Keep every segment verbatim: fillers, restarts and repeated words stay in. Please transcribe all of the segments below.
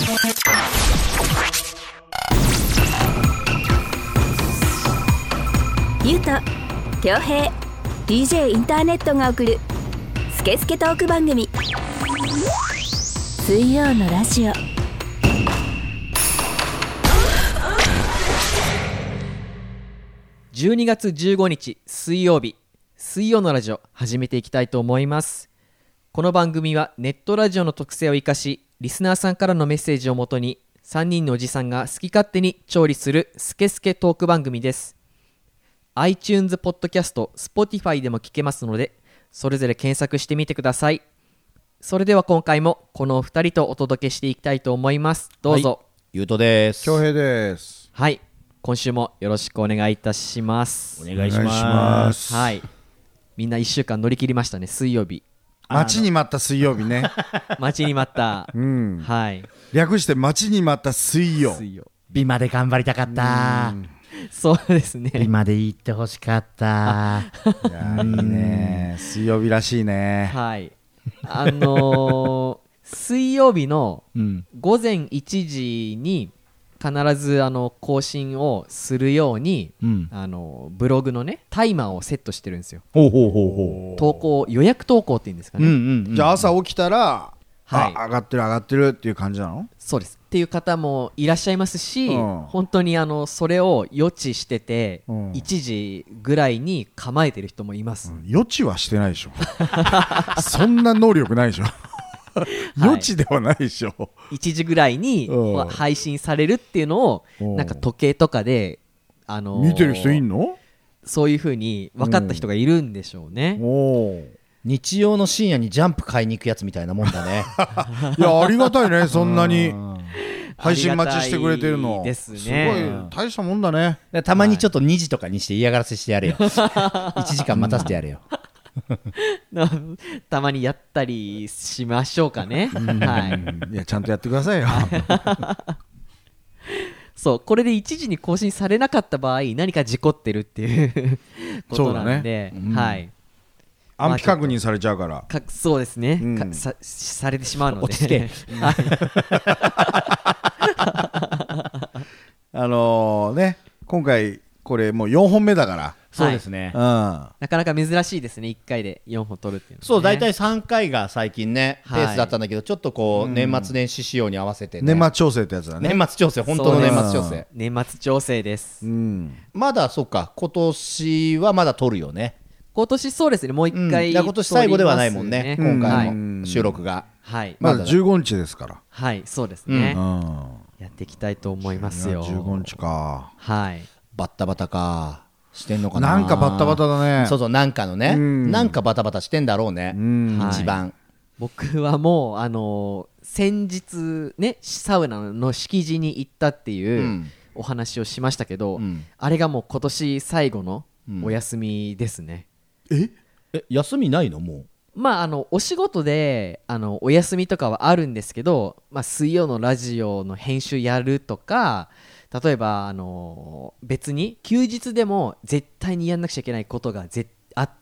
ゆうと恭平 ディージェー インターネットが送るスケスケトーク番組、水曜のラジオ。 じゅうにがつじゅうごにち水曜日、水曜のラジオ始めていきたいと思います。この番組はネットラジオの特性を生かし、リスナーさんからのメッセージをもとにさんにんのおじさんが好き勝手に調理するスケスケトーク番組です。 iTunes ポッドキャスト、Spotify でも聞けますので、それぞれ検索してみてください。それでは今回もこのお二人とお届けしていきたいと思います。どうぞ。はい、 ゆうとです。 恭平です。 はい、今週もよろしくお願いいたします。 お願いします。 はい、みんないっしゅうかん乗り切りましたね。水曜日、 待ちに待った水曜日ね待ちに待った、うん、はい、 略して待ちに待った水曜。 水曜美まで頑張りたかった。 そうですね、 美まで行ってほしかった。 いやいいね、水曜日らしいね。 はい、あのー、水曜日のごぜんいちじに必ずあの更新をするように、うん、あのブログのねタイマーをセットしてるんですよ。 ほうほうほうほう。 投稿予約投稿っていうんですかね、うんうんうん、じゃあ朝起きたら、はい、あ上がってる上がってるっていう感じなの？ そうですっていう方もいらっしゃいますし、うん、本当にあのそれを予知してて、うん、いちじぐらいに構えてる人もいます、うん、 予知はしてないでしょそんな能力ないでしょ予知ではないでしょ、はい、 いちじぐらいに配信されるっていうのをなんか時計とかで、あのー、 見てる人いんの？ そういう風に分かった人がいるんでしょうね。 お日曜の深夜にジャンプ買いに行くやつみたいなもんだねいやありがたいね、そんなに配信待ちしてくれてるのですね。 すごい大したもんだね。 たまにちょっとにじとかにして嫌がらせしてやれよいちじかん待たせてやれよたまにやったりしましょうかね、はい、 いやちゃんとやってくださいよそう、これでいちじに更新されなかった場合何か事故ってるっていうことなんで、ね、うん、はい、 安否確認されちゃうからかそうですね、うん、か さ, されてしまうので落ち着けあのー、ね今回これもうよんほんめだから。 そうですね、 はい、うん、なかなか珍しいですね、いっかいでよんほん取るっていうの、ね、 そう、大体さんかいが最近ね、はい、ペースだったんだけど、ちょっとこう、うん、年末年始仕様に合わせて、ね、 年末調整ってやつだね。 年末調整、本当の年末調整、 年末調整です、 うん、 まだそうか、今年はまだ取るよね。 今年そうですね、もういっかい、うん、 今年最後ではないもんね、今回の収録が、 はい、 まだじゅうごにちですから。 はい、そうですね、 うん、 やっていきたいと思いますよ。 じゅうごにちか、 はい、 バッタバタかしてんのかな。 なんかバッタバタだね。 そうそう、なんかのね、うん、なんかバタバタしてんだろうね、うん、一番、はい、 僕はもうあのー、先日ねサウナの敷地に行ったっていう、うん、お話をしましたけど、うん、あれがもう今年最後のお休みですね、 うん、ええ休みないの？もうまあ、あのお仕事であのお休みとかはあるんですけど、まあ、水曜のラジオの編集やるとか、例えば、あのー、別に休日でも絶対にやんなくちゃいけないことがぜあって。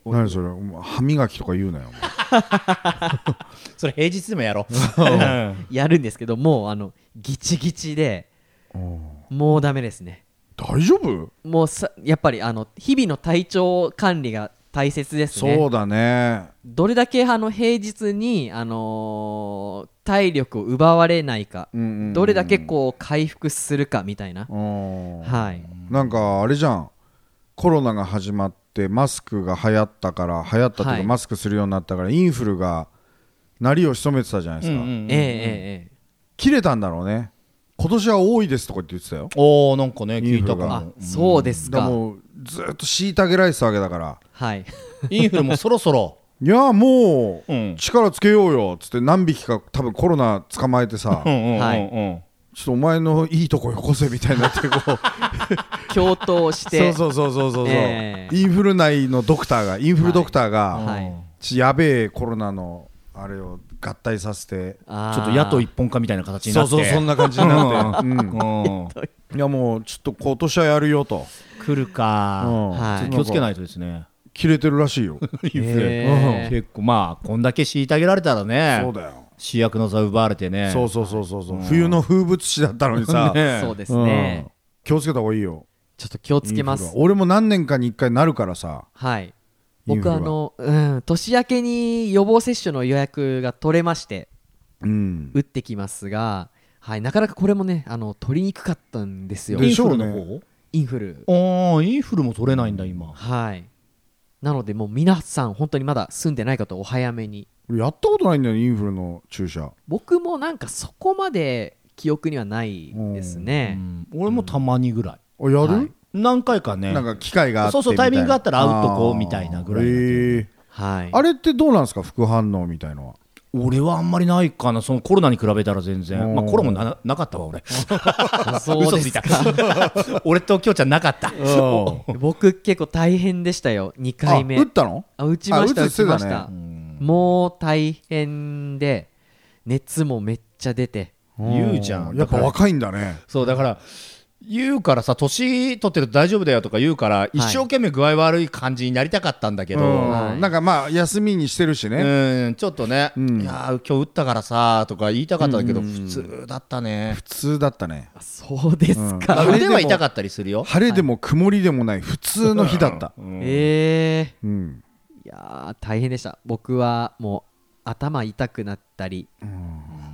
何それ、歯磨きとか言うなよそれ平日でもやろうやるんですけど、もうあのギチギチでもうダメですね。 大丈夫？ もうさやっぱりあの日々の体調管理が大切ですね。 そうだね。 どれだけあの平日に、あのー、体力を奪われないか、うんうんうん、どれだけこう回復するかみたいな、はい、 なんかあれじゃん、コロナが始まってマスクが流行ったから流行ったというか、はい、マスクするようになったからインフルが鳴りを潜めてたじゃないですか、うんうんうんうん、えー、えー、切れたんだろうね。今年は多いですとかって言ってたよ。 おー、なんかね聞いたかも。あ、 そうですか。 だもうずっと虐げられてたわけだから、 はい、 インフルもそろそろいやもう、うん、力つけようよっつって何匹か多分コロナ捕まえてさうんうんうん、はい、ちょっとお前のいいとこよこせみたいになってこう共闘してそうそうそうそうそう、えー、インフル内のドクターがインフルドクターが、はい、ちやべえコロナのあれを合体させてちょっと野党一本化みたいな形になって、 そうそうそんな感じになって、うん、いやもうちょっと今年はやるよと来るか、うんはい、気をつけないとですね。 切れてるらしいよ結構まあこんだけ虐げられたらね。 そうだよ。 主役の座奪われてね。 そうそうそうそうそう、うん、冬の風物詩だったのにさ、 ね、そうですね、 うん、気をつけた方がいいよ。 ちょっと気をつけます。 俺も何年かにいっかいなるからさ。 はい、僕あの、うん、年明けに予防接種の予約が取れまして、うん、打ってきますが、はい、なかなかこれもね、あの取りにくかったんですよ。 でしょうね。 インフル。 ああ、インフルも取れないんだ今。 はい。なのでもう皆さん本当にまだ住んでない方お早めに。 やったことないんだよね、インフルの注射。 僕もなんかそこまで記憶にはないですね、 うん、俺もたまにぐらい、 うん、やる、はい、 何回かね、 なんか機会があってみたいな、 そうそう、タイミングがあったら会うとこうみたいなぐらいだけど、えーはい、 あれってどうなんですか、副反応みたいのは。 俺はあんまりないかな、そのコロナに比べたら全然、まあ、コロナも な, なかったわ俺そうですか俺ときょうちゃんなかった僕結構大変でしたよ。にかいめあ打ったの？ あ打ちました、打ちました、 ね、 もう大変で熱もめっちゃ出て。 言うじゃん、 やっぱ若いんだね。 そうだから言うからさ、年取ってると大丈夫だよとか言うから、はい、一生懸命具合悪い感じになりたかったんだけど、 はい、なんかまあ休みにしてるしね、 うんちょっとね、うん、いや今日打ったからさとか言いたかったんだけど、普通だったね。 普通だったね。 そうですか、 うん、腕は痛かったりするよ。 晴れでも曇りでもない普通の日だった、 うん、えー、うん、いや大変でした。僕はもう頭痛くなったり、うん、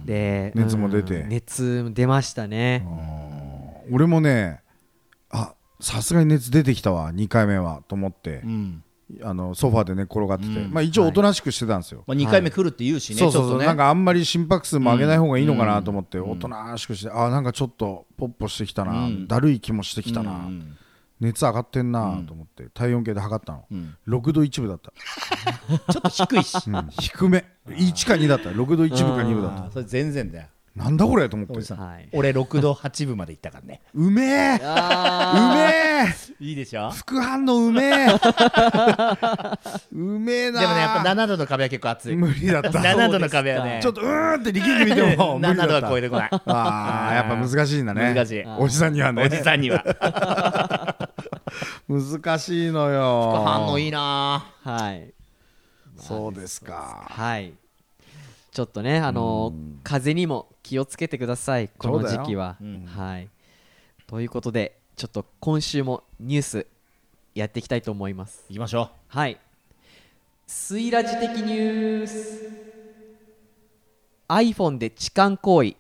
で熱も出て、 うん、熱出ましたね。 俺もね、あさすがに熱出てきたわにかいめはと思って、うん、あのソファーで寝転がってて、うん、まあ、一応おとなしくしてたんですよ、 はい、まあ、にかいめ来るって言うしね、 そうそうそう、 ちょっとね、 なんかあんまり心拍数も上げない方がいいのかなと思って、おとなしくして、あなんかちょっとポッポしてきたな、うん、だるい気もしてきたな、うん、熱上がってんなと思って体温計で測ったの、うん、ろくどいちぶだったちょっと低いし、 うん、低めいちかにだった、ろくどいちぶかにぶだった。 それ全然だよ。 なんだこれと思って、 はい、俺ろくどはちぶまでいったからね。 うめえ、うめえ、 いいでしょ、 副反応うめえうめえな。 でもね、やっぱななどの壁は結構熱い。 無理だったななどの壁はね、 ちょっとうーんって力んでみても無理だった。 ななどは超えてこない。 ああやっぱ難しいんだね。 難しい、 おじさんにはね、 おじさんには難しいのよ。 副反応いいな。 はい、 そうですか。 はい、ちょっとね、あのー、風邪にも気をつけてください、この時期は、うん、はい、ということでちょっと今週もニュースやっていきたいと思います。 いきましょう。 はい、スイラジ的ニュース。 iPhone で痴漢行為。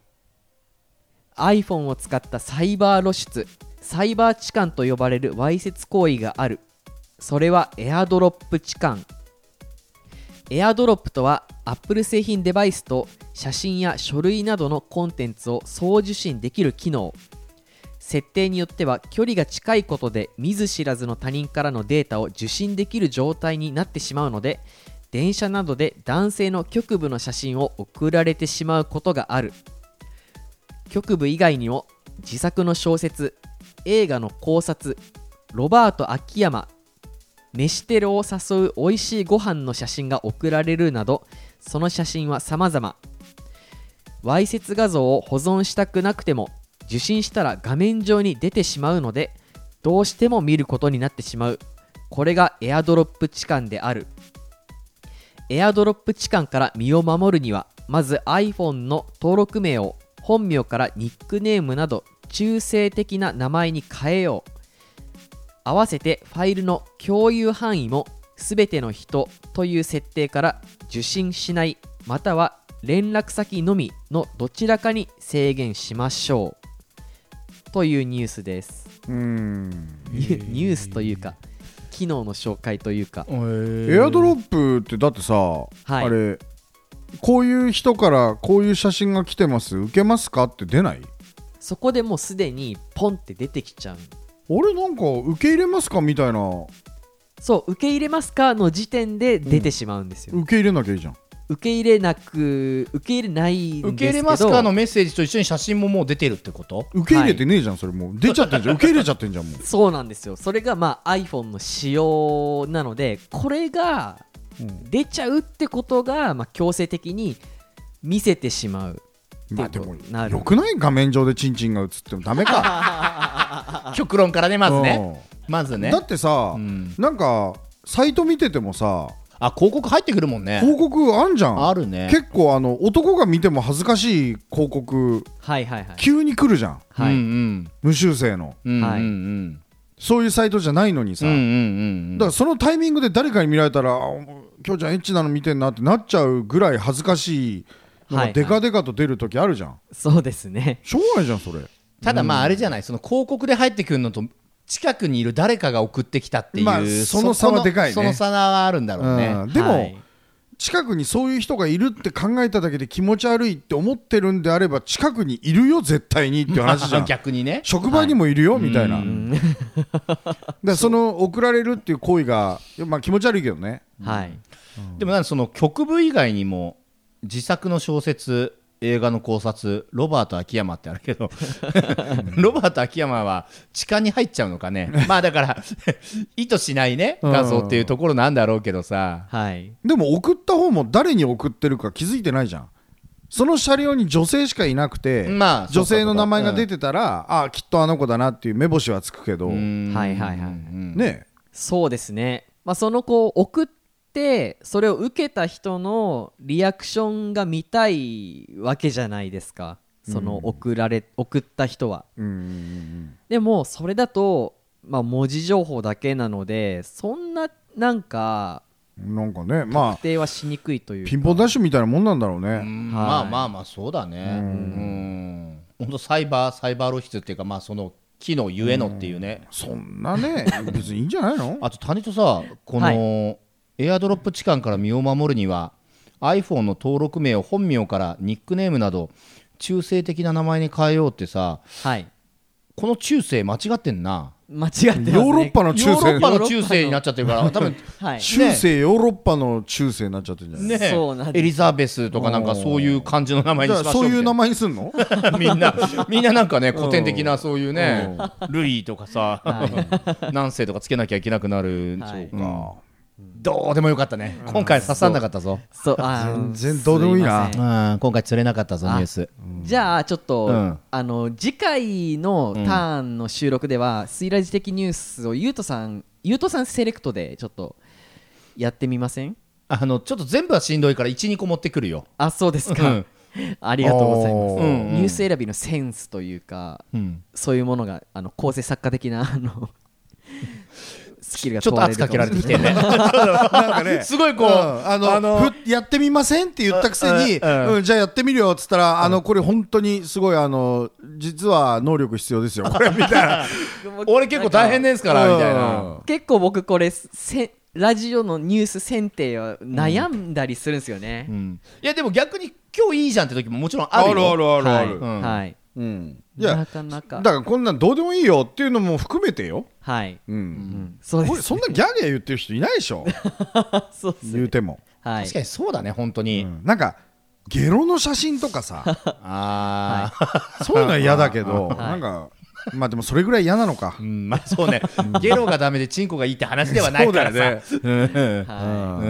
iPhone を使ったサイバー露出、サイバー痴漢と呼ばれるわいせつ行為がある。それはエアドロップ痴漢。エアドロップとは Apple 製品デバイスと写真や書類などのコンテンツを送受信できる機能。設定によっては距離が近いことで見ず知らずの他人からのデータを受信できる状態になってしまうので、電車などで男性の局部の写真を送られてしまうことがある。局部以外にも自作の小説、映画の考察、ロバート秋山飯テロを誘う美味しいご飯の写真が送られるなど、その写真は様々。わいせつ画像を保存したくなくても受信したら画面上に出てしまうので、どうしても見ることになってしまう。これがエアドロップ痴漢である。エアドロップ痴漢から身を守るには、まず iPhone の登録名を本名からニックネームなど中性的な名前に変えよう。合わせてファイルの共有範囲もすべての人という設定から受信しない、または連絡先のみのどちらかに制限しましょうというニュースです。 うーんニュースというか機能の紹介というか、 エアドロップってだってさ、はい、あれこういう人からこういう写真が来てます、受けますかって出ない？ そこでもうすでにポンって出てきちゃう。 俺なんか受け入れますかみたいな。 そう、受け入れますかの時点で出てしまうんですよ、 うん、受け入れなきゃいいじゃん。 受け入れなく受け入れないんですけど、 受け入れますかのメッセージと一緒に写真ももう出てるってこと？ 受け入れてねえじゃん、はい、それもう出ちゃってんじゃん受け入れちゃってんじゃんもう。 そうなんですよ。それがまあ iPhone の仕様なので、これが出ちゃうってことがまあ強制的に見せてしまう。 まあでもよくない？画面上でチンチンが映ってもダメか極論からね、まずねまずね。 だってさ、うん、なんかサイト見ててもさ、 あ、広告入ってくるもんね。 広告あんじゃん。 あるね。 結構あの男が見ても恥ずかしい広告はいはいはい急に来るじゃん、 はい、 うんうん、 無修正の、 うんうんうん、 はいそういうサイトじゃないのにさ、 うんうんうん、 だからそのタイミングで誰かに見られたらきょうちゃんエッチなの見てんなってなっちゃうぐらい恥ずかしいのがデカデカと出る時あるじゃん、はいはい、 そうですね。 しょうがないじゃんそれ。 ただまああれじゃない、その広告で入ってくるのと近くにいる誰かが送ってきたっていう、 まあ、その差はでかいね。 その差はあるんだろうね、 うん、でも、 はい、 近くにそういう人がいるって考えただけで気持ち悪いって思ってるんであれば近くにいるよ絶対にっていう話じゃん逆にね、 職場にもいるよ、はい、みたいな。だかららその送られるっていう行為が、まあ、気持ち悪いけどね、 はい、 うん、でもなんその局部以外にも自作の小説、映画の考察、ロバート秋山ってあるけどロバート秋山は地下に入っちゃうのかねまあだから意図しないね画像っていうところなんだろうけどさ、 はい、 でも送った方も誰に送ってるか気づいてないじゃん。その車両に女性しかいなくて、まあ、女性の名前が出てたら、うん、ああきっとあの子だなっていう目星はつくけど、はいはいはい、 ね、 そうですね、まあ、その子を送ってでそれを受けた人のリアクションが見たいわけじゃないですか、その送られ、うん、送った人は、うんうんうん、でもそれだと、まあ、文字情報だけなのでそんななんかなんかね、まあ、 特定はしにくいというかピンポンダッシュみたいなもんなんだろうね、 うん、まあまあまあそうだね、うん、本当サイバーサイバー露出っていうか、まあその機能ゆえのっていうね、 うん、そんなね別にいいんじゃないのあと谷とさこの、はいエアドロップ痴漢から身を守るには iPhone の登録名を本名からニックネームなど中性的な名前に変えようってさ、 はい、 この中性間違ってんな。 間違ってますね。 ヨーロッパの中世ヨーロッパの中世になっちゃってるから多分、 はい、 中世ヨーロッパの中世になっちゃってるんじゃない、 ね、 そうなんです。 エリザベスとかなんかそういう感じの名前にしましょう。 そういう名前にすんのみんなみんななんかね古典的なそういうねルイとかさ、はい、何世とかつけなきゃいけなくなる、はい、そうか、どうでもよかったね、うん、今回刺さんなかったぞ。 そうあ全然どうでもいいな、 うん、今回釣れなかったぞニュース。 じゃあちょっと、うん、あの次回のターンの収録では、うん、スイラジ的ニュースをゆうとさんゆうとさんセレクトでちょっとやってみません？ あのちょっと全部はしんどいから いち,に 個持ってくるよ。 あ、そうですか、うん、ありがとうございます、うんうん、ニュース選びのセンスというか、うん、そういうものがあの構成作家的なあのスキルが問われるかもしれない。ちょっと圧かけられてきてねなんかねすごいこう、うん、あのあのやってみませんって言ったくせに、うんうん、じゃあやってみるよっつったら、うん、あのこれ本当にすごいあの実は能力必要ですよこれみたいな俺結構大変ですからみたいな。 結構僕これせラジオのニュース選定は悩んだりするんですよね、うんうん、 いやでも逆に今日いいじゃんって時ももちろんあるよ。 あるあるあるある、 はい、うんはいうん、 いやなかなかだからこんなんどうでもいいよっていうのも含めてよ。 はい、 うんうん、そうです。そんなギャーギャー言ってる人いないでしょそうっすね、言うても、 はい、確かにそうだね本当に、うん、 なんかゲロの写真とかさあ、はい、そういうのは嫌だけど、はい、なんかまあでもそれぐらい嫌なのか、 うん、まあそうねゲロがダメでチンコがいいって話ではないからさそうだよね、うんはいうん、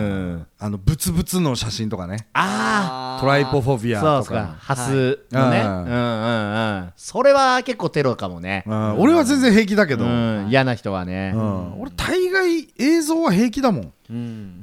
あのブツブツの写真とかね、 あトライポフォビアとか、 そうかハスのね、はい、うんうんうんそれは結構テロかもね、 うん、俺は全然平気だけど、うん、 嫌な人はね、 うん、俺大概映像は平気だもん、うん、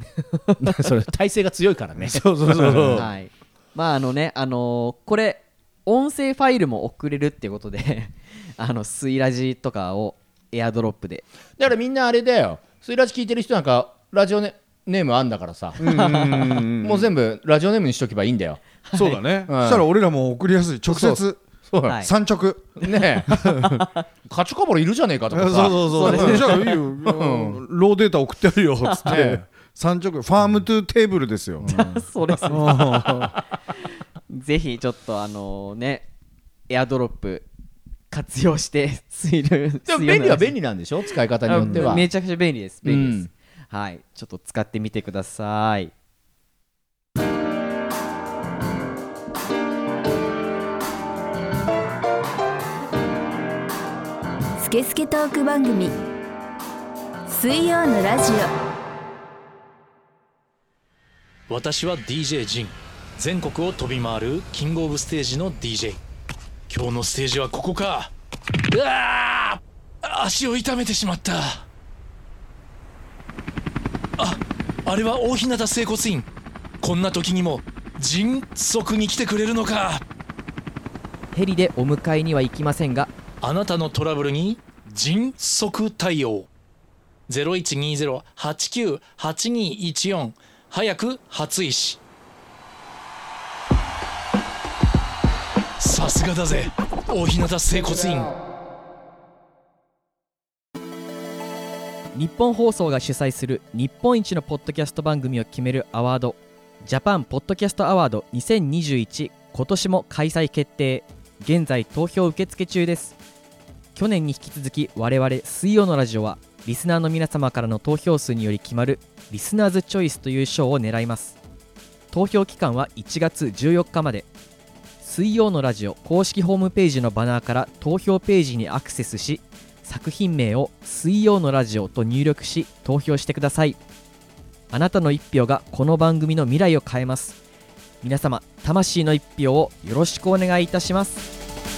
それ体勢が強いからねそうそうそうそう、 はい、まああのねあのー、これ音声ファイルも送れるっていうことであのスイラジとかをエアドロップでだからみんなあれだよ、スイラジ聞いてる人なんかラジオネームあんだからさもう全部ラジオネームにしとけばいいんだよ、 はい、そうだね、うん、そしたら俺らも送りやすい直接そうそうはい、三直ねえカチョカボロいるじゃねえかとかさそうそうそうじゃあいいよ、うん、ローデータ送ってあるよっつって、ね、三直ファームトゥーテーブルですよ、 うん、そうですねぜひちょっとあのねエアドロップ活用してスイルでも便利は便利なんでしょ、使い方によってはめちゃくちゃ便利です便利です、うん、はいちょっと使ってみてください。 スケスケトーク番組水曜のラジオ。私は ディージェー ジン、全国を飛び回るキングオブステージの ディージェー。 今日のステージはここか。うわー、足を痛めてしまった。あ、 あれは大日向整骨院。こんな時にも迅速に来てくれるのか。 ヘリでお迎えには行きませんが、 あなたのトラブルに迅速対応。 ゼロいちにゼロ はちきゅう はちにいちよん 早く初医師。さすがだぜ大日向整骨院。 日本放送が主催する日本一のポッドキャスト番組を決めるアワード、ジャパンポッドキャストアワードにせんにじゅういち、今年も開催決定。現在投票受付中です。去年に引き続き我々水曜のラジオはリスナーの皆様からの投票数により決まるリスナーズチョイスという賞を狙います。投票期間はいちがつじゅうよっかまで。水曜のラジオ公式ホームページのバナーから投票ページにアクセスし、作品名を水曜のラジオと入力し投票してください。あなたの一票がこの番組の未来を変えます。皆様魂の一票をよろしくお願いいたします。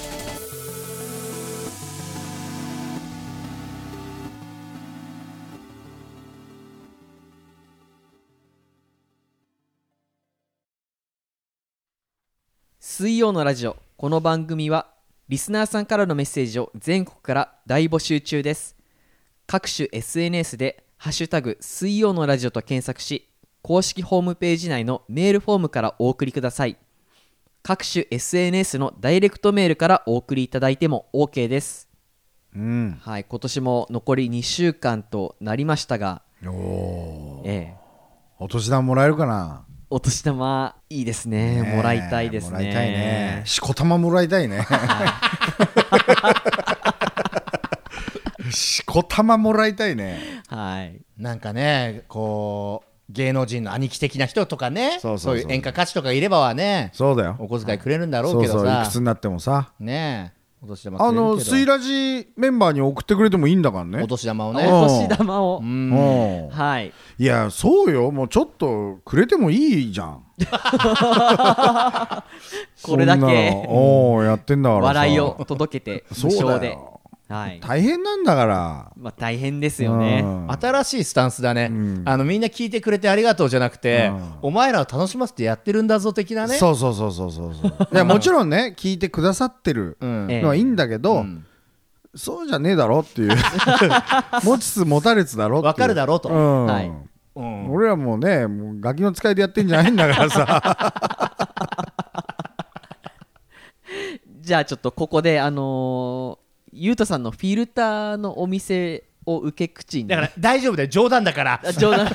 水曜のラジオ、この番組はリスナーさんからのメッセージを全国から大募集中です。各種 エスエヌエス でハッシュタグ水曜のラジオと検索し、公式ホームページ内のメールフォームからお送りください。各種 エスエヌエス のダイレクトメールからお送りいただいても OK です。 うん、 はい、今年も残りにしゅうかんとなりましたが、 お、 ええ、 お年玉もらえるかな。 お年玉いいですね。 ねえ、 もらいたいですね。 もらいたいね。しこたまもらいたいね。しこたまもらいたいね。 はい。 なんかね、こう芸能人の兄貴的な人とかね、 そうそうそう、 そういう演歌歌手とかいればはね、 そうだよ、 お小遣いくれるんだろうけどさ、 そうそう、いくつになってもさ、 ねえ、お年玉くれるけど、 あのスイラジメンバーに送ってくれてもいいんだからね、 お年玉をね、 お年玉を、 うん、 はい。 いや、そうよ、もうちょっとくれてもいいじゃん。 これだけおーやってんだからさ、 笑いを届けて無償で、はい、 大変なんだから、 まあ、大変ですよね、うん、 新しいスタンスだね、うん、あのみんな聞いてくれてありがとうじゃなくて、うん、お前らを楽しませてやってるんだぞ的なね。 そうそうそうそうそうそういや、もちろんね、聞いてくださってるのはいいんだけど、うん、そうじゃねえだろっていう持ちつ持たれつだろっていう、 分かるだろうと、うん、はい、 うん、俺らもうね、もうガキの使いでやってんじゃないんだからさじゃあちょっとここであのーゆうとさんのフィルターのお店を受け口に、 だから大丈夫だよ、冗談だから冗談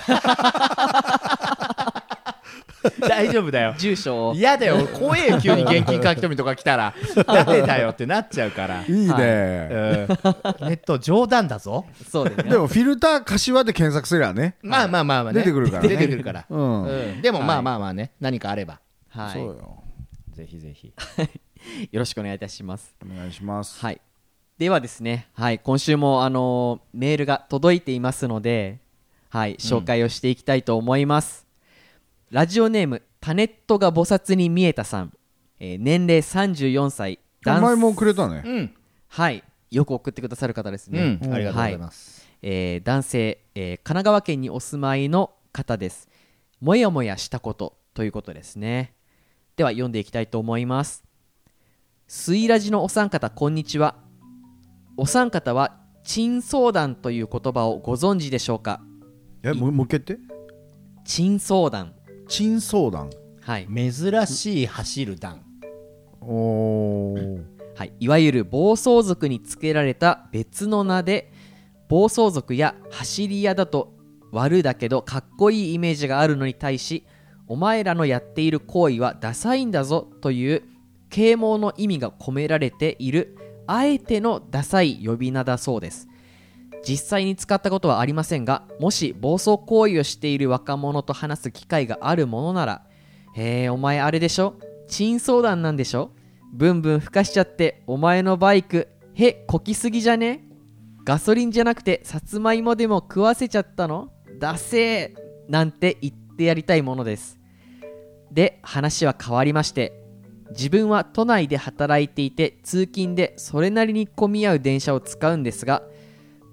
大丈夫だよ、 住所を嫌だよ、怖えよ、急に現金書き込みとか来たら誰だよってなっちゃうからいいね、はい、うん、 ネット冗談だぞ。 そうですね。 でもフィルター柏で検索すればね、 まあまあまあまあね、 出てくるから、ね、 出てくるから、うんうん、でもまあまあまあね、はい、何かあれば、 はい、 そうよ、 ぜひぜひよろしくお願いいたします。 お願いします。 はい、ではですね、はい、今週も、あのー、メールが届いていますので、はい、紹介をしていきたいと思います、うん、ラジオネームタネットが菩薩に見えたさん、えー、年齢さんじゅうよんさい、 名前もくれたね、 うん、 はい、よく送ってくださる方ですね、 うん、ありがとうございます、 はい、えー、男性、えー、神奈川県にお住まいの方です。もやもやしたことということですね。では読んでいきたいと思います。スイラジのお三方、こんにちは。お三方は珍相談という言葉をご存知でしょうか。 え、もう一回言って。 珍相談。 珍相談、 はい、 珍しい走る団、 おー、 はい、いわゆる暴走族につけられた別の名で、暴走族や走り屋だと悪だけどかっこいいイメージがあるのに対し、お前らのやっている行為はダサいんだぞという啓蒙の意味が込められている、あえてのダサい呼び名だそうです。実際に使ったことはありませんが、もし暴走行為をしている若者と話す機会があるものなら、へえ、お前あれでしょ、珍相談なんでしょ、ブンブン吹かしちゃってお前のバイクへこきすぎじゃね、ガソリンじゃなくてさつまいもでも食わせちゃったの、ダセーなんて言ってやりたいものです。で、話は変わりまして、自分は都内で働いていて、通勤でそれなりに混み合う電車を使うんですが、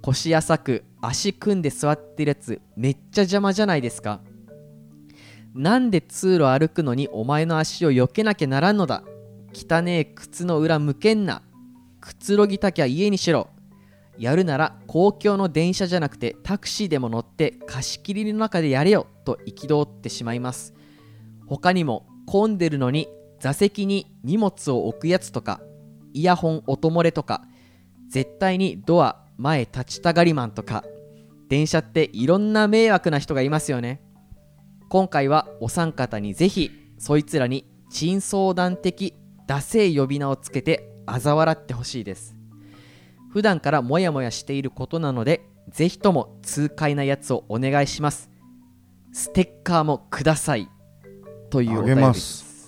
腰浅く足組んで座ってるやつめっちゃ邪魔じゃないですか。なんで通路歩くのにお前の足を避けなきゃならんのだ。汚ねえ靴の裏向けんな。くつろぎたきゃ家にしろ。やるなら公共の電車じゃなくてタクシーでも乗って貸し切りの中でやれよと憤ってしまいます。他にも混んでるのに座席に荷物を置くやつとか、イヤホン音漏れとか、絶対にドア前立ちたがりマンとか、電車っていろんな迷惑な人がいますよね。今回はお三方にぜひそいつらに珍相談的ダセー呼び名をつけて嘲笑ってほしいです。普段からモヤモヤしていることなので、ぜひとも痛快なやつをお願いします。ステッカーもくださいというお便りです。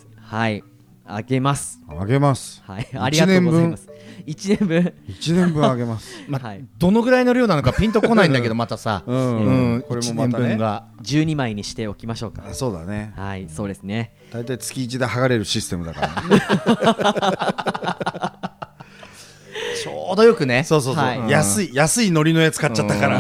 はい、あげますあげますはい、ありがとうございます。いちねんぶんいちねんぶんあげますまあはい、 どのぐらいの量なのかピンとこないんだけどまたさ、 うんうん、 これもまたいちねんぶねんがじゅうにまいにしておきましょうか。 あそうだね、 はい、そうですね。 大体月いちで剥がれるシステムだからねちょうどよくね。 そうそうそう、 はい安い安い海苔のやつ買っちゃったから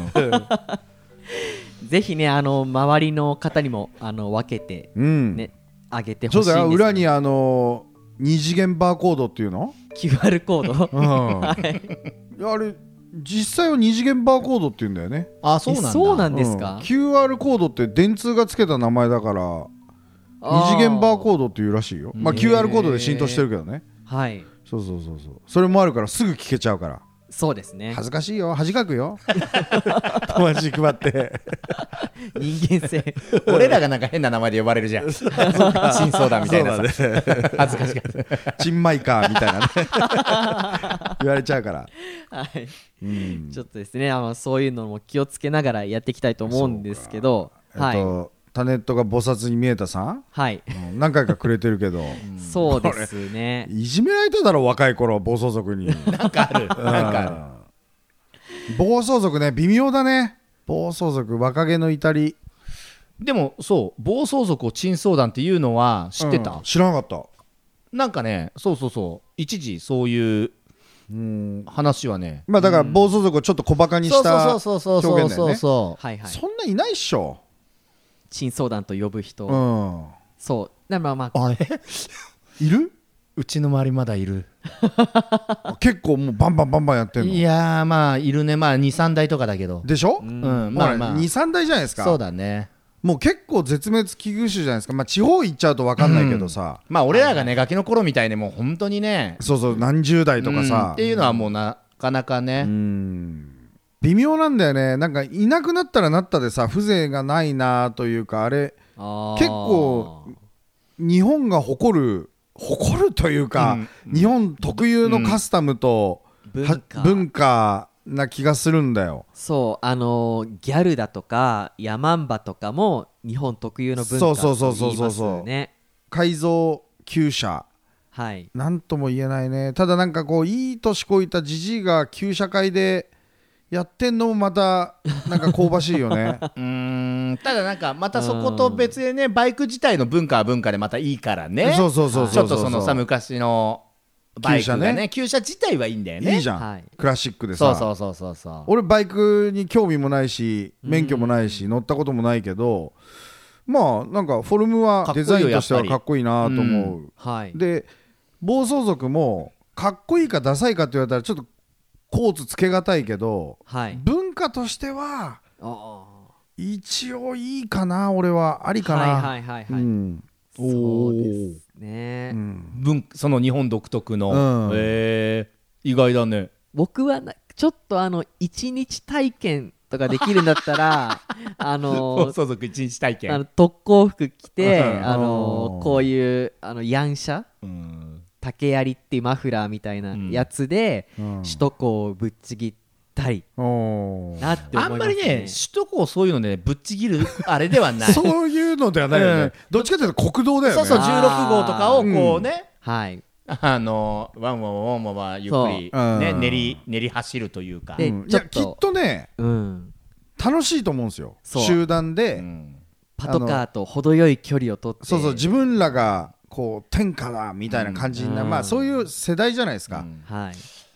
ぜひね、あの周りの方にもあの分けてうん、 ね、あげてほしそいうです、ね。 だよ、裏にあの二次元バーコードっていうの、 キューアール コードうんはいいやあれ実際は二次元バーコードっていうんだよね。 あ、そうなんだ。 えそうなんですか、 うん、キューアール コードって電通がつけた名前だから二次元バーコードっていうらしいよ。まあ キューアール コードで浸透してるけどね。 はい、 そうそうそうそう、それもあるからすぐ聞けちゃうから。 そうですね。 恥ずかしいよ、恥かくよ友達に配って人間性俺らがなんか変な名前で呼ばれるじゃん。真相談みたいなさ。 そうだね恥ずかしかった。 チンマイカーみたいなね言われちゃうから、 はいうんちょっとですね、あのそういうのも気をつけながらやっていきたいと思うんですけど、はい、 えっとタネットが菩薩に見えたさん、 はいうん何回かくれてるけどそうですね。 いじめられただろ若い頃暴走族になんかある。なんかある。 暴走族ね、微妙だね。暴走族、若気の至り。 でもそう暴走族を珍相談っていうのは知ってた、 うん知らなかった。 なんかね、そうそうそう、一時そういううん話はね、 まあだから暴走族をちょっと小バカにしたそうそうそうそう表現だよね。 そうそうはいはい。 そんないないっしょ。 珍相談と呼ぶ人、 うんそうだからまあまああれいる？ うちの周りまだいる。 結構もうバンバンバンバンやってんの。 いやーまあいるね。まあにさんだいとかだけど、 でしょ？ ううんん、まあまあに、さんだいじゃないですか。 そうだね。 もう結構絶滅危惧種じゃないですか。まあ地方行っちゃうと分かんないけどさ、 まあ俺らがね、ガキの頃みたいにもう本当にね、 そうそう何十代とかうんさっていうのはもうなかなかうね、 ん微妙なんだよね。なんかいなくなったらなったでさ、風情がないなというか、あれあー結構日本が誇る誇るというか、 うん日本特有のカスタムと、は文化文化な気がするんだよ。 そうあのーギャルだとかヤマンバとかも日本特有の文化そうそうそうと言いますそうそうよね。 改造厩舎はいなんとも言えないね。ただなんかこういい年こいたじじいが厩舎会でやってんのもまたなんか香ばしいよねうーんただなんかまたそこと別でね、バイク自体の文化は文化でまたいいからね。 そうそうそうそうそうちょっとそのさ昔のバイクがね、 厩舎ね厩舎自体はいいんだよね。 いいじゃん、 はいクラシックでさ。 そうそうそうそうそう。 俺バイクに興味もないし免許もないし乗ったこともないけど、まあなんかフォルムはデザインとしてはかっこいいなと思う。 はいで暴走族もかっこいいかダサいかって言われたらちょっとコーツつけがたいけど、 はい文化としてはあ一応いいかな、俺はありーかな。 はいはいはいはい、 うんそうですね、 うん文その日本独特の、 うんえー、意外だね。 僕はなちょっとあの一日体験とかできるんだったらあの暴走族一日体験。 あの特攻服着てうんあのこういうあのヤンシャうん竹槍っていうマフラーみたいなやつで、 うん首都高をぶっちぎったりおーなって思います、ね、 あんまりね首都高そういうので、ね、ぶっちぎるあれではない。そうそういうのではないよね、 うんどっちかというと国道だよね。 そうじゅうろく号とかをこうね、 はいあのワンワンワンワンワンゆっくり、 そうね、 うん練り練り走るというか。 でうんいちょっとやきっとねうん楽しいと思うんですよ。 そう集団で、 うんパトカーと程よい距離を取ってそうそう自分らがこう天下だみたいな感じにな、 うんまあそういう世代じゃないですか、 うんはい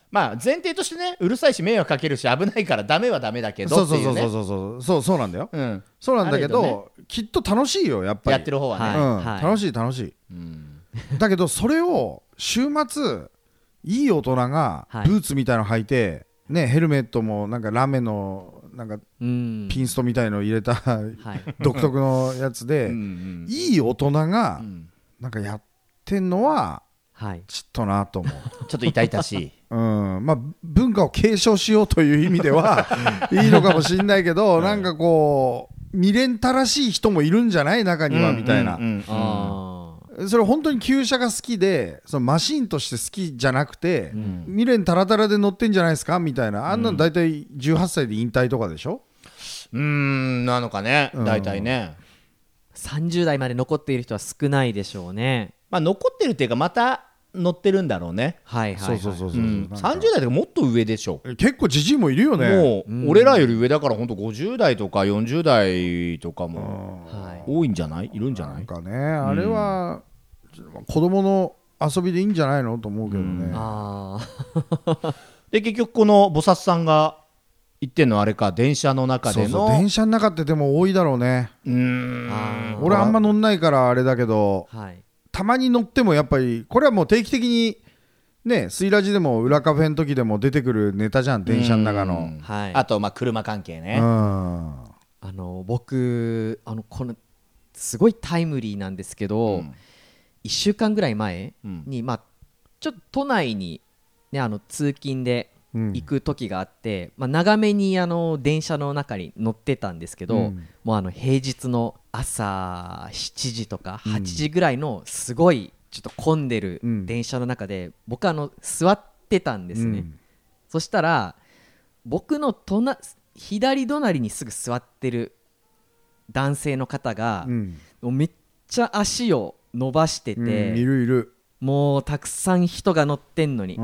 まあ前提としてね、うるさいし迷惑かけるし危ないからダメはダメだけどっていうね。 そうそうそうそうそうそうなんだよ、 うん、 そうなんだけど、 ね、 きっと楽しいよやっぱりやってる方はね、 うんはい、 楽しい楽しい、うん、だけどそれを週末いい大人がブーツみたいの履いて、ね、ヘルメットもなんかラメのなんかピンストみたいの入れた、はい、独特のやつでいい大人がなんかやってんのはちょっとなと思うちょっと痛々しい、 うんまあ、文化を継承しようという意味ではいいのかもしれないけどなんかこう未練たらしい人もいるんじゃない中にはみたいな、それ本当に旧車が好きでそのマシンとして好きじゃなくて、うん、未練たらたらで乗ってんじゃないですかみたいな、あんなの大体じゅうはっさいで引退とかでしょ。 うーんなのかね、大体ねさんじゅう代まで残っている人は少ないでしょうね。 まあ残ってるっていうかまた乗ってるんだろうね。 はいはい、はい、 そうそうそうそう、うん、さんじゅう代とかもっと上でしょ。 結構じじいもいるよね。 もう、うん、俺らより上だから本当ごじゅう代とかよんじゅう代とかも多いんじゃない、いるんじゃない。 なんかねあれは、うん、子供の遊びでいいんじゃないのと思うけどね、うん、あで結局この菩薩さんが言ってんのあれか、電車の中での。 そうそう電車の中ってでも多いだろうね。うーんあ俺あんま乗んないからあれだけど、はい、たまに乗ってもやっぱりこれはもう定期的にね、スイラジでも裏カフェの時でも出てくるネタじゃん、電車の中の、 はい、あとまあ車関係ね。うんあの僕あのこのすごいタイムリーなんですけど、うん、いっしゅうかんぐらい前に、うん、まあちょっと都内に、ね、あの通勤で行く時があって、うんまあ、長めにあの電車の中に乗ってたんですけど、うん、もうあの平日の朝しちじとかはちじぐらいのすごいちょっと混んでる電車の中で、うん、僕あの座ってたんですね、うん、そしたら僕の隣左隣にすぐ座ってる男性の方が、うん、もうめっちゃ足を伸ばしてて、うん、 いるいるもうたくさん人が乗ってんのに、うん、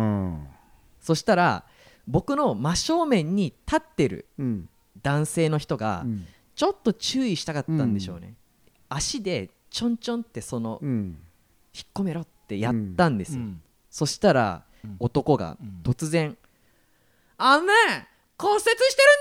そしたら僕の真正面に立ってる男性の人がちょっと注意したかったんでしょうね、うん、足でちょんちょんってその、うん、引っ込めろってやったんですよ、うん、そしたら男が突然、うん、あのね骨折してるん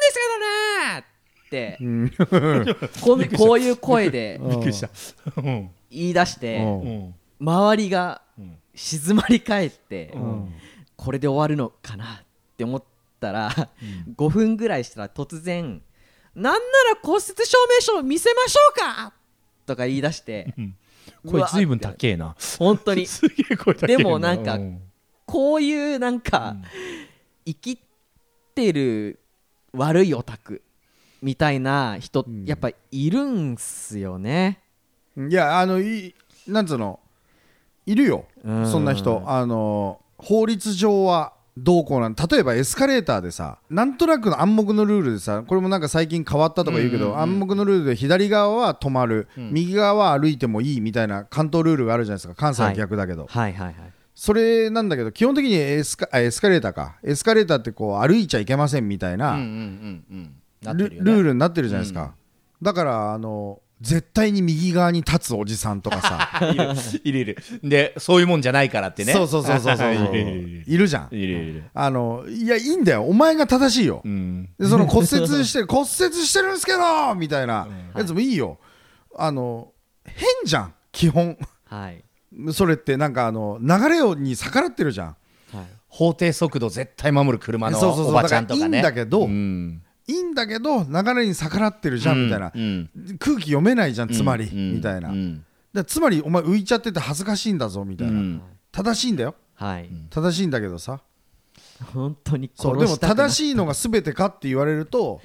ですけどねって、うん、こ, うこういう声で言い出して、うん、周りが静まり返って、うん、これで終わるのかなって思ったら、うん、ごふんぐらいしたら突然なんなら骨折証明書を見せましょうかとか言い出して、うん、 声ずいぶん高えな本当にすげえ声高えな。 でもなんか、うん、こういうなんか、うん、生きてる悪いオタクみたいな人、うん、やっぱいるんすよね。 いやあのいなんつうのいるよ、そんな人。あの法律上はどうこうなん、例えばエスカレーターでさ、なんとなくの暗黙のルールでさ、これもなんか最近変わったとか言うけど、うんうんうん、暗黙のルールで左側は止まる、うん、右側は歩いてもいいみたいな関東ルールがあるじゃないですか。関西は逆だけど、 はいはいはいはい、 それなんだけど基本的にエスカ、あ、エスカレーターかエスカレーターってこう歩いちゃいけませんみたいな、うんうんうんうん、なってるよね、ルールになってるじゃないですか、うん、だからあの絶対に右側に立つおじさんとかさいるいるいるで、そういうもんじゃないからってね。 そうそうそうそうそういるじゃん。 いるいる。 あのいやいいんだよ、お前が正しいよ、うん、でその骨折して骨折してるんですけどみたいなやつもいいよ。あの変じゃん基本、はい、それってなんかあの流れに逆らってるじゃん、 はい、法定速度絶対守る車のおばちゃんとかね。 いいんだけど、うんいいんだけど流れに逆らってるじゃんみたいな、うんうん、空気読めないじゃんつまり、うん、みたいな、うん、だつまりお前浮いちゃってて恥ずかしいんだぞみたいな、うん、正しいんだよ、はい、正しいんだけどさ、 本当にそうでも正しいのが全てかって言われると、うん、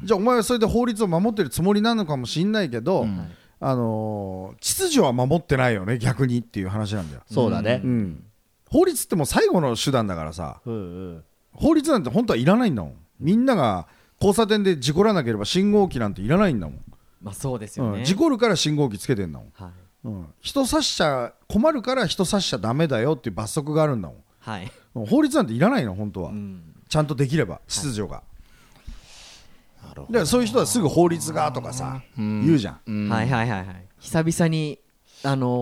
じゃあお前はそれで法律を守ってるつもりなのかもしんないけど、うんあのー、秩序は守ってないよね逆にっていう話なんだよ。 そうだね、うん、 法律ってもう最後の手段だからさ、うんうん、法律なんて本当はいらないんだもん。みんなが交差点で事故らなければ信号機なんていらないんだもん。 まあそうですよね、 うん、事故るから信号機つけてんだもん、はいうん、人刺しちゃ困るから人刺しちゃダメだよっていう罰則があるんだもん、はい、法律なんていらないの本当は、うん、ちゃんとできれば秩序が、はい、なるほど。だからそういう人はすぐ法律がとかさ、うん、言うじゃん、 うん、はいはいはいはい。久々にあの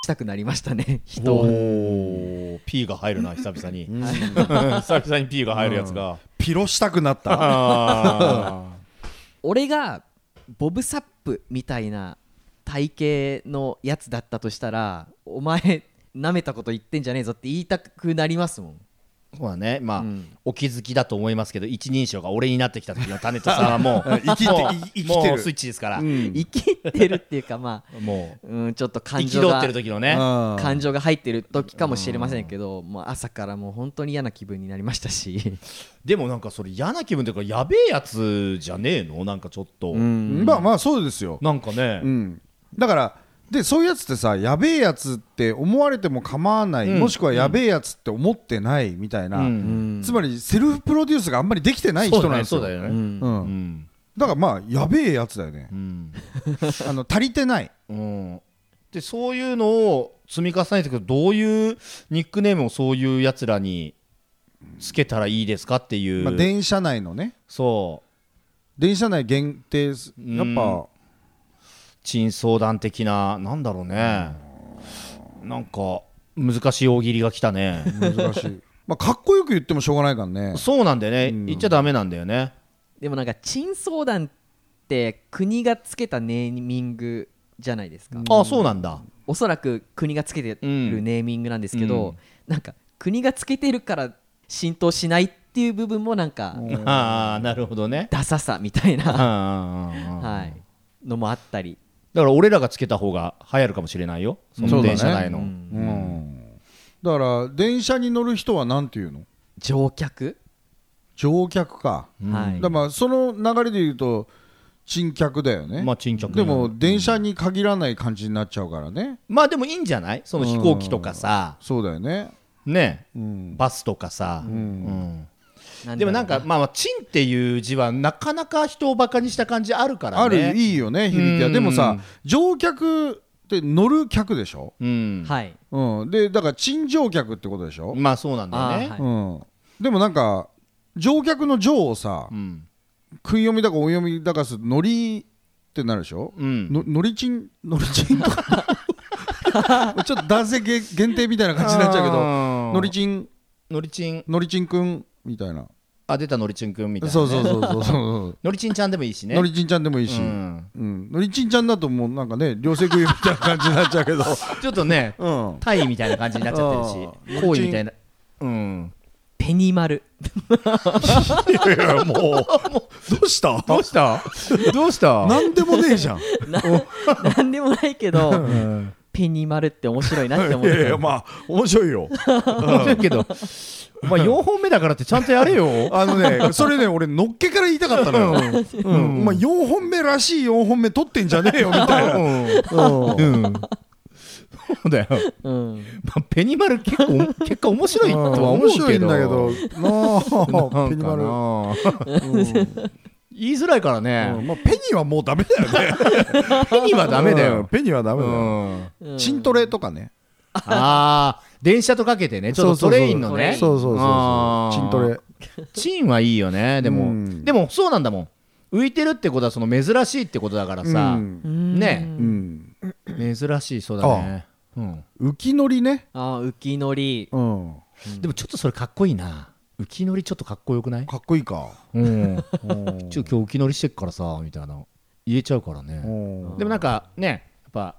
したくなりましたね人おは。 ー P が入るな久々に久々に P が入るやつがピロしたくなったあ俺がボブサップみたいな体型のやつだったとしたらお前舐めたこと言ってんじゃねえぞって言いたくなりますもん。 ーそうだねまあ、 うん、 お気づきだと思いますけど一人称が俺になってきた時のタネットさんはもう生きてもう生きてるもうスイッチですから、 うん生きってるっていうかまあ、 もううん、ちょっと感情が憤ってる時のね感情が入ってる時かもしれませんけど、もう朝からもう本当に嫌な気分になりましたしでもなんかそれ嫌な気分というかやべえやつじゃねえのなんかちょっと、 うんまあまあそうですよ、 なんかね、 うん、だからでそういうやつってさやべえやつって思われても構わない、 うんもしくはやべえやつって思ってないみたいな、 うんうんつまりセルフプロデュースがあんまりできてない人なんですよ。 そうだよね、 うんうんうんだからまあやべえやつだよねう、んあの足りてないうんでそういうのを積み重ねていくとどういうニックネームをそういうやつらにつけたらいいですかっていう、 まあ、電車内のねそう電車内限定すやっぱ珍相談的ななんだろうねなんか難しい大喜利が来たね難しいまあかっこよく言ってもしょうがないからねそうなんだよね、 うん言っちゃダメなんだよねでもなんか珍相談って国がつけたネーミングじゃないですか、 ああそうなんだおそらく国がつけてるネーミングなんですけど、 うんなんか国がつけてるから浸透しないっていう部分もなんかああなるほどねダサさみたいな、 ははい、のもあったり。 だから俺らがつけた方が流行るかもしれないよその電車内の、 うんうんだから電車に乗る人はなんていうの乗客、 乗客か、 はいだからまあその流れで言うと珍客だよね、 まあ珍客でも電車に限らない感じになっちゃうからね、 まあでもいいんじゃないその飛行機とかさそうだよね、 ねうんバスとかさ、 うんうんなんだろうでもなんかまあチンっていう字はなかなか人をバカにした感じあるからねあるいいよね響きはうんでもさ乗客って乗る客でしょ、 うんはいうん、でだから珍乗客ってことでしょ、 まあそうなんだよねあーはいうん、でもなんか乗客の乗をさ、 うん訓読みだか音読みだかすると乗りってなるでしょ、 うんの乗りちん乗りちんとかちょっと男性限限定みたいな感じになっちゃうけど乗りちんのりちんのりちんくんみたいな、 あ出たのりちんくんみたいな、ね、 そうそうそうそうそうのりちんちゃんでもいいしねのりちんちゃんでもいいし、 ううんんのりちんちゃんだともうなんかね両性食いみたいな感じになっちゃうけど、 ちょっとねうん、 タイみたいな感じになっちゃってるうんし行為みたいなうんペニマルいやもうどうしたどうしたどうしたなんでもねえじゃんなんでもないけどペニマルって面白いなって思っいやいてやまあ面白いよ面白いけどお前よんほんめだからってちゃんとやれよあのねそれね俺のっけから言いたかったのよ、うんお前よんほんめらしいよんほんめ取ってんじゃねえよみたいな、 うんうんそうだよ、 うんまあ、ペニマル結構結果面白いとは思う面白いけどんだけどなあペニマル、 ル言いづらいからね、 うんまあ、ペニはもうダメだよねペニはダメだうんよ、 ペニはダメだうよ、 ん、 うんチントレとかねああ電車とかけてねちょっとトレインのねそうそうそうあーそうチントレチンはいいよねでも、 うんでもそうなんだもん浮いてるってことはその珍しいってことだからさ、 うんねうん珍しいそうだねうん、 浮き乗りね、 あー浮き乗りうん、 でもちょっとそれかっこいいな浮き乗りちょっとかっこよくないかっこいいか、 うんうんちょっと今日浮き乗りしてっからさみたいな言えちゃうからねうんでもなんかねやっぱ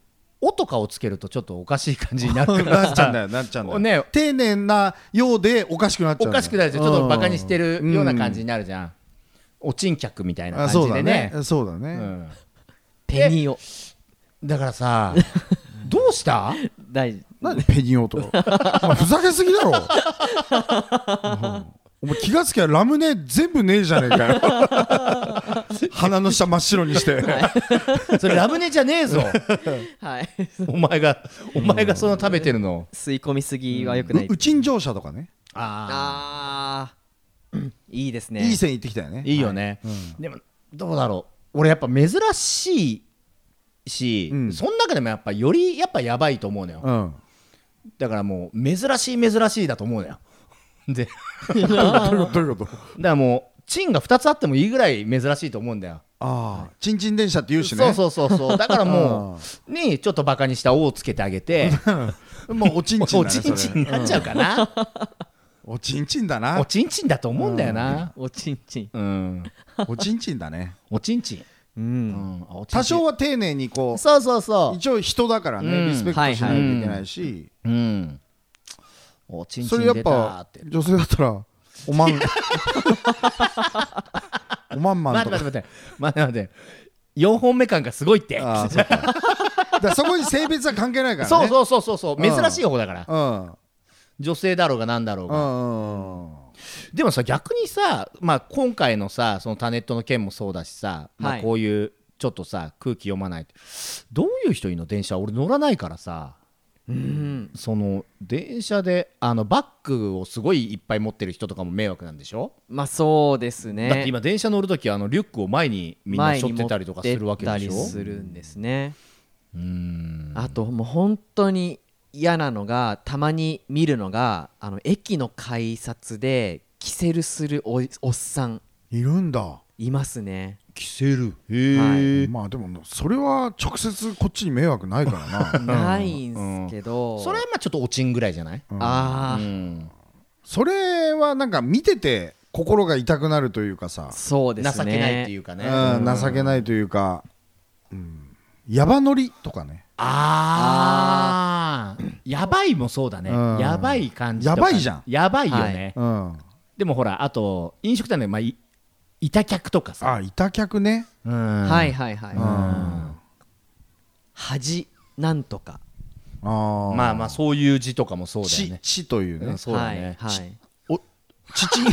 「お」とかをつけるとちょっとおかしい感じになるからなっちゃうんだよなっちゃうんだよ、 ね丁寧なようでおかしくなっちゃうんだよおかしくなるじゃんちょっとバカにしてるような感じになるじゃんおちん客みたいなあ感そうだねじでねそうだね、 うんペニオだからさどうした大事なんでペニオとかお前ふざけすぎだろ、うんお前気がつきゃラムネ全部ねえじゃねえかよ鼻の下真っ白にしてそれラムネじゃねえぞはいお前がお前がその食べてるの吸い込みすぎは良くない、 ううちん乗車とかねああーいいですねいい線いってきたよねあいいよねうんでもどうだろう俺やっぱ珍しいしうんその中でもやっぱよりやっぱやばいと思うのようんだからもう珍しい珍しいだと思うのよでだかどういうことどういうことらもうチンがふたつあってもいいぐらい珍しいと思うんだよああチンチン電車って言うしね。 そうそうそうそうだからもうにちょっとバカにした「お」をつけてあげてもうおちんちんおだねちんちんになっちゃうかなおちんちんだな。 おちんちんだと思うんだよなおちんちん。 うんおちんちんだね。 おちんちんう。 うんんおちんちん多少は丁寧にこうそうそうそう一応人だからね、 うんリスペクトしないといけないし、 うんおちんちそれやっん出たーぱって女性だったらおまんおまんまんとか待って待って待って待って待ってよんほんめ感がすごいってああそっかだからそこに性別は関係ないからね。 そうそうそうそうそううん珍しい方だからうん女性だろうがなんだろううがんうんでもさ逆にさ、まあ、今回のさそのタネットの件もそうだしさ、まあ、 はいこういうちょっとさ空気読まないどういう人いるの電車俺乗らないからさうん。 その電車であのバッグをすごいいっぱい持ってる人とかも迷惑なんでしょ、 まあそうですね。 だって今電車乗るときあのリュックを前にみんな背負ってたりとかするわけでしょ前に持ってったりするんですね。 うーんあともう本当に嫌なのがたまに見るのがあの駅の改札でキセルするおおっさんいるんだ。 いますね。 着せるへえ、 まあでもそれは直接こっちに迷惑ないからなないんすけど、 それはまあちょっとおちんぐらいじゃない、 ああ、 うんそれはなんか見てて心が痛くなるというかさ、 そうですね。 情けないっていうかね、 うん、情けないというか、うん、ヤバ乗りとかね。 あーやばいもそうだね、 うんやばい感じとかやばいじゃんやばいよね、 うん、 でもほらあと飲食店で、まあ、い板客とかさあ板客ね。 うんはいはいはい。 うん恥なんとか。 あーまあまあそういう字とかもそうだよちねちというね、 うんそうだね、 はいはい。 おちち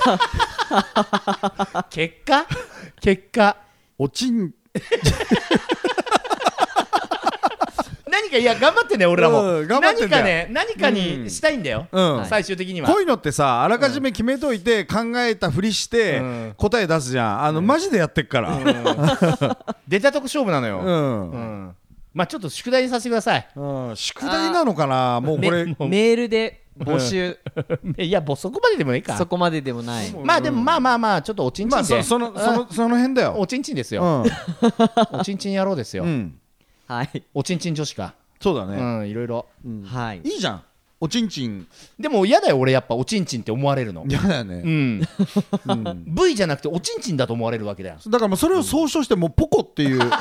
結果結果おちん何かいや頑張ってね俺らも、 うん頑張ってんだよ何かね何かにしたいんだよ、 うん最終的にはこういうのってさあらかじめ決めといて考えたふりしてうん答え出すじゃん。あのマジでやってっから。 出たとこ勝負なのよ、 うんうんまあちょっと宿題にさせてくださいうん宿題なのかなもうこれ。 メメールで募集、 いやもうそこまででもいいかそこまででもない。 まあでもまあまあまあちょっとおちんちんで、 まあそそのそのその辺だよ。 おちんちんですよ、 うんおちんちん野郎ですよ、 うんはいおちんちん女子か、うそうだね。 んいろいろはい。 いいじゃん。おちんちんでも嫌だよ俺やっぱおちんちんって思われるのう嫌だよね。 んうん V じゃなくておちんちんだと思われるわけだよだからもうそれを総称してもうポコっていうポ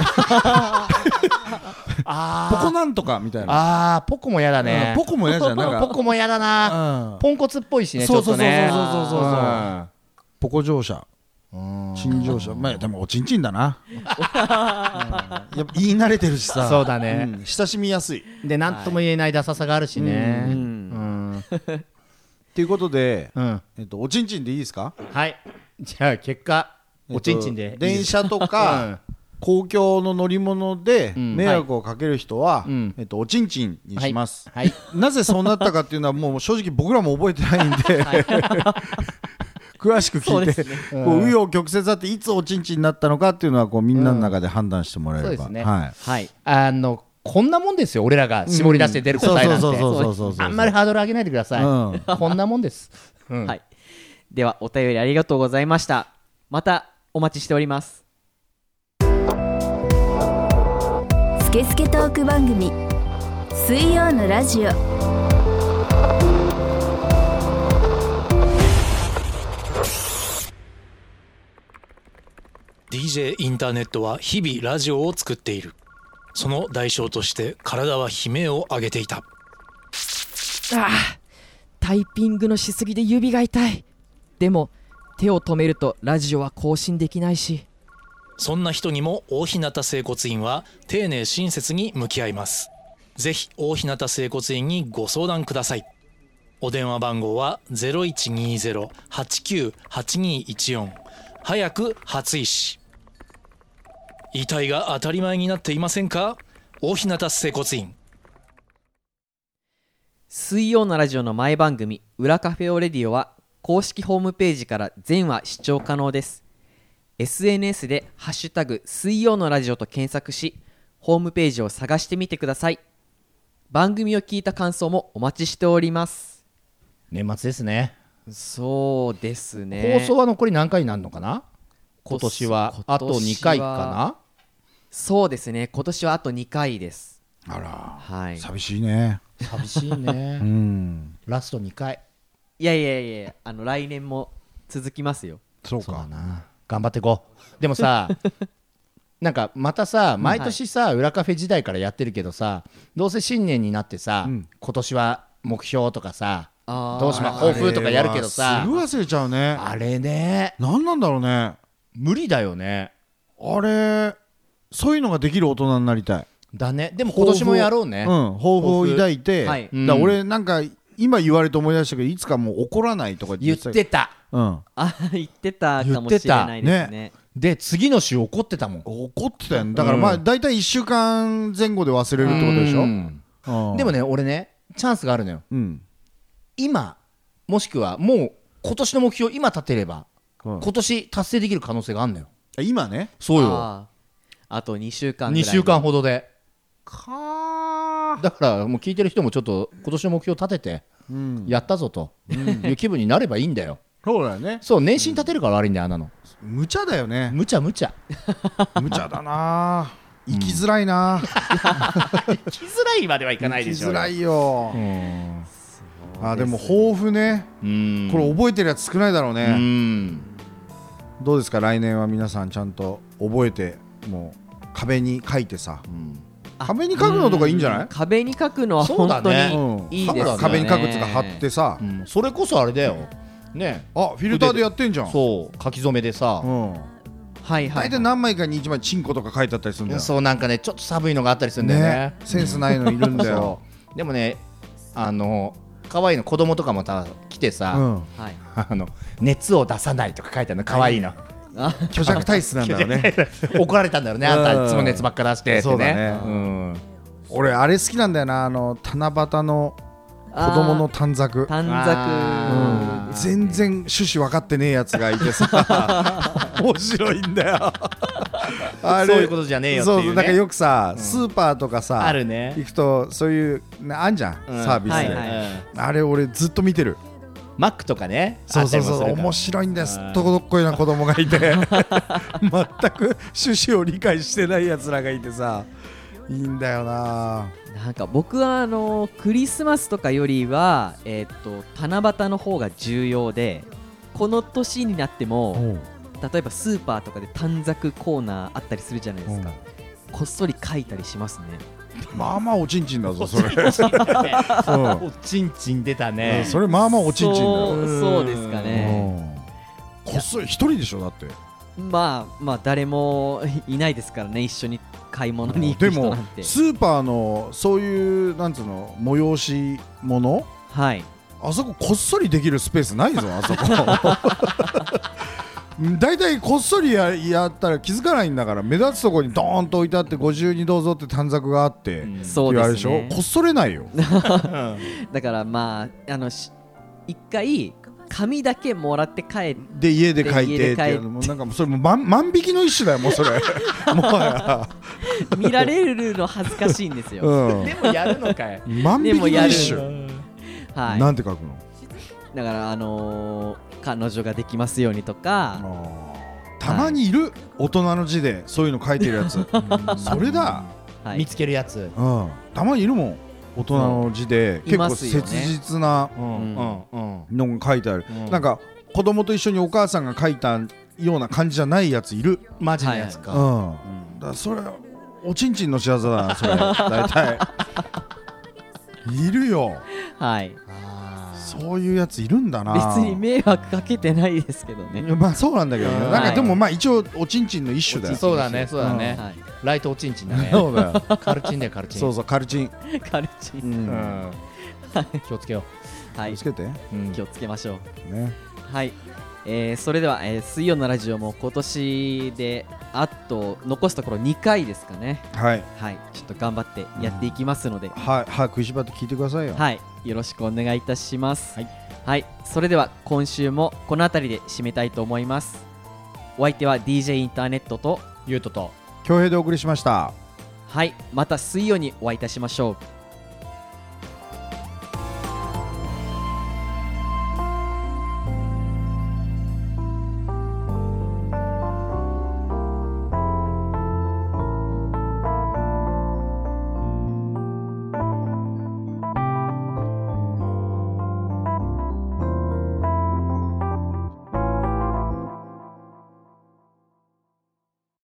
あコなんとかみたいな。 ああーポコも嫌だね、 うんポコも嫌じゃんなんかポコも嫌だな、 うんポンコツっぽいしねちそうそうょっとねそうそうそうそうそううんポコ乗車陳乗車。まあでもおちんちんだな。うんやっぱ言い慣れてるしさ。 そうだねん親しみやすい。 で何とも言えないダサさがあるしねううんん、 ということで、 うんえっとおちんちんでいいですか？ はいじゃあ結果おちんちんでえっと電車とうかん公共の乗り物でうん迷惑をかける人は、 うんえっとおちんちんにします。 はいなぜそうなったかっていうのはもう正直僕らも覚えてないんで、詳しく聞いて、こう紆余曲折あっていつおちんちんになったのかっていうのはこうみんなの中で判断してもらえれば、 うんそうですねはい。 はい。 あのこんなもんですよ俺らが絞り出して出る答えなんてそうそうそうそうそうそうあんまりハードル上げないでください、 うんこんなもんです、うんはい。ではお便りありがとうございました。またお待ちしております。 スケスケトーク番組水曜のラジオ。 ディージェー インターネットは日々ラジオを作っている。その代償として体は悲鳴を上げていた。 ああ、タイピングのしすぎで指が痛い。でも手を止めるとラジオは更新できないし。 そんな人にも大日向整骨院は丁寧親切に向き合います。ぜひ大日向整骨院にご相談ください。お電話番号は ゼロいちにゼロ はちきゅう はちにいちよん。早く初医師。痛いが当たり前になっていませんか？大日向整骨院。 水曜のラジオの前番組裏カフェオレディオは公式ホームページから全話視聴可能です。 エスエヌエス でハッシュタグ水曜のラジオと検索しホームページを探してみてください。番組を聞いた感想もお待ちしております。 年末ですね、 そうですね。 放送は残り何回になるのかな？ 今年はあとにかいかな。 そうですね、今年はあとにかいです。 あら、 はい、 寂しいね。 寂しいね、うん、ラストにかい。 いやいやいや、あの来年も続きますよ。 そうか、そうだな、頑張っていこう。でもさなんかまたさ、毎年さ、はい、裏カフェ時代からやってるけどさ、どうせ新年になってさ、うん、今年は目標とかさ、どうしま抱負とかやるけどさ、 すぐ忘れちゃうね。 あれね、 何なんだろうね。 無理だよねあれ。そういうのができる大人になりたい。 だね。でも今年もやろうね。 うん、抱負を抱いて、はい、だ俺なんか今言われて思い出したけど、いつかもう怒らないとか言ってた。 うん、あ言ってたかもしれないですね。ねで次の週怒ってたもん。 怒ってたよね。だからまあ大体いっしゅうかんぜん後で忘れるってことでしょ。うんうん、でもね、俺ねチャンスがあるのよ、うん、今もしくはもう今年の目標今立てれば、うん、今年達成できる可能性があるのよ。 今ね。 そうよ。 ああとにしゅうかんぐらい。 にしゅうかんほどでか。 だからもう聞いてる人もちょっと今年の目標立てて、うん、やったぞという気分になればいいんだよ。 そうだよね。 そう、年始立てるから悪いんだよ、あんなの。 無茶だよね。 無茶無茶無茶だな。生きづらいな、うん、 生きづらいまではいかないでしょ。 生きづらいよ、うん、あでも抱負ね、うん、これ覚えてるやつ少ないだろうね、うん、どうですか来年は皆さんちゃんと覚えて、もう壁に書いてさ、うん、壁に書くのとかいいんじゃない？ 壁に書くのは本当にいいですよね。 壁に書くつか貼ってさ、 うん、それこそあれだよね。 あフィルターでやってんじゃん。 そう書き初めでさ、うんはいはいはい、 大体何枚かにいちまいチンコとか書いてあったりするんだよ。 そうなんかねちょっと寒いのがあったりするんだよね。 ねセンスないのいるんだよ。 でもねあの可愛いの子供とかもた来てさ、うんはい、あの熱を出さないとか書いてあるの可愛いの。 虚弱体質なんだろうね。 怒られたんだろうね。あんたいつも熱ばっか出してってね。 そうだね、うん、俺あれ好きなんだよな、あの七夕の子供の短冊。 短冊、 うん、全然趣旨分かってねえやつがいてさ面白いんだよあれそういうことじゃねえよっていうね。 そうだからよくさ、うん、スーパーとかさあるね行くとそういうあんじゃん、うん、サービスで、はいはい、あれ俺ずっと見てる。 マックとかね。 そうそうそう、面白いんです。とこどっこいな子供がいて全く趣旨を理解してないやつらがいてさ、いいんだよな。 なんか僕はあのクリスマスとかよりは、えー、と七夕の方が重要で、この年になっても例えばスーパーとかで短冊コーナーあったりするじゃないですか。こっそり書いたりしますね。 まあまあおちんちんだぞそれおちんちん出たね、 うん、それまあまあおちんちんだよ。 そう、そうですかね。 こっそり一人でしょだって。 まあまあ誰もいないですからね、一緒に買い物に行く人なんて。 でもスーパーのそういうなんつうの催し物、 はい、 あそここっそりできるスペースないぞあそこだいたいこっそり や, やったら気づかないんだから、目立つところにドーンと置いてあってご自由にどうぞって短冊があって、うん、 そうですね、でしょ、 こっそれないよだからまああの一回紙だけもらって帰ってで家で書いてっていうのもなんかもうそれも万万引きの一種だよもうそれもはや見られるの恥ずかしいんですよ、 うん、でもやるのかい。 万引きの一種、はい、なんて書くの。 だからあのー、彼女ができますようにとか、 たまにいる、はい、大人の字でそういうの書いてるやつそれだ、 はい、見つけるやつ、 うん、たまにいるもん大人の字で結構切実なのが書いてある、うん、なんか子供と一緒にお母さんが書いたような感じじゃないやついる。 マジのやつか、 はい、うん、だからそれおちんちんの仕業だなそれ大体いるよ。 はい、 そういうやついるんだな。 別に迷惑かけてないですけどね。 まあそうなんだけどね、なんかでもまあ一応おちんちんの一種だよ。 そうだねそうだね、うん、はい、ライトおちんちんだね。 そうだよカルチンだよカルチン。 そうそうカルチンカルチン、うんうん、 気をつけよう、はい、 気をつけて、 うん、気をつけましょうね。 はい、えー、それでは、えー、水曜のラジオも今年であと残すところにかいですかね。 はい、 はい、ちょっと頑張ってやっていきますので、うん、 はい、はい、食いしばって聞いてくださいよ。 はい、よろしくお願いいたします。 はい、 はい、それでは今週もこの辺りで締めたいと思います。お相手は ディージェー インターネットとゆうとと恭平でお送りしました。 はい、また水曜にお会いいたしましょう。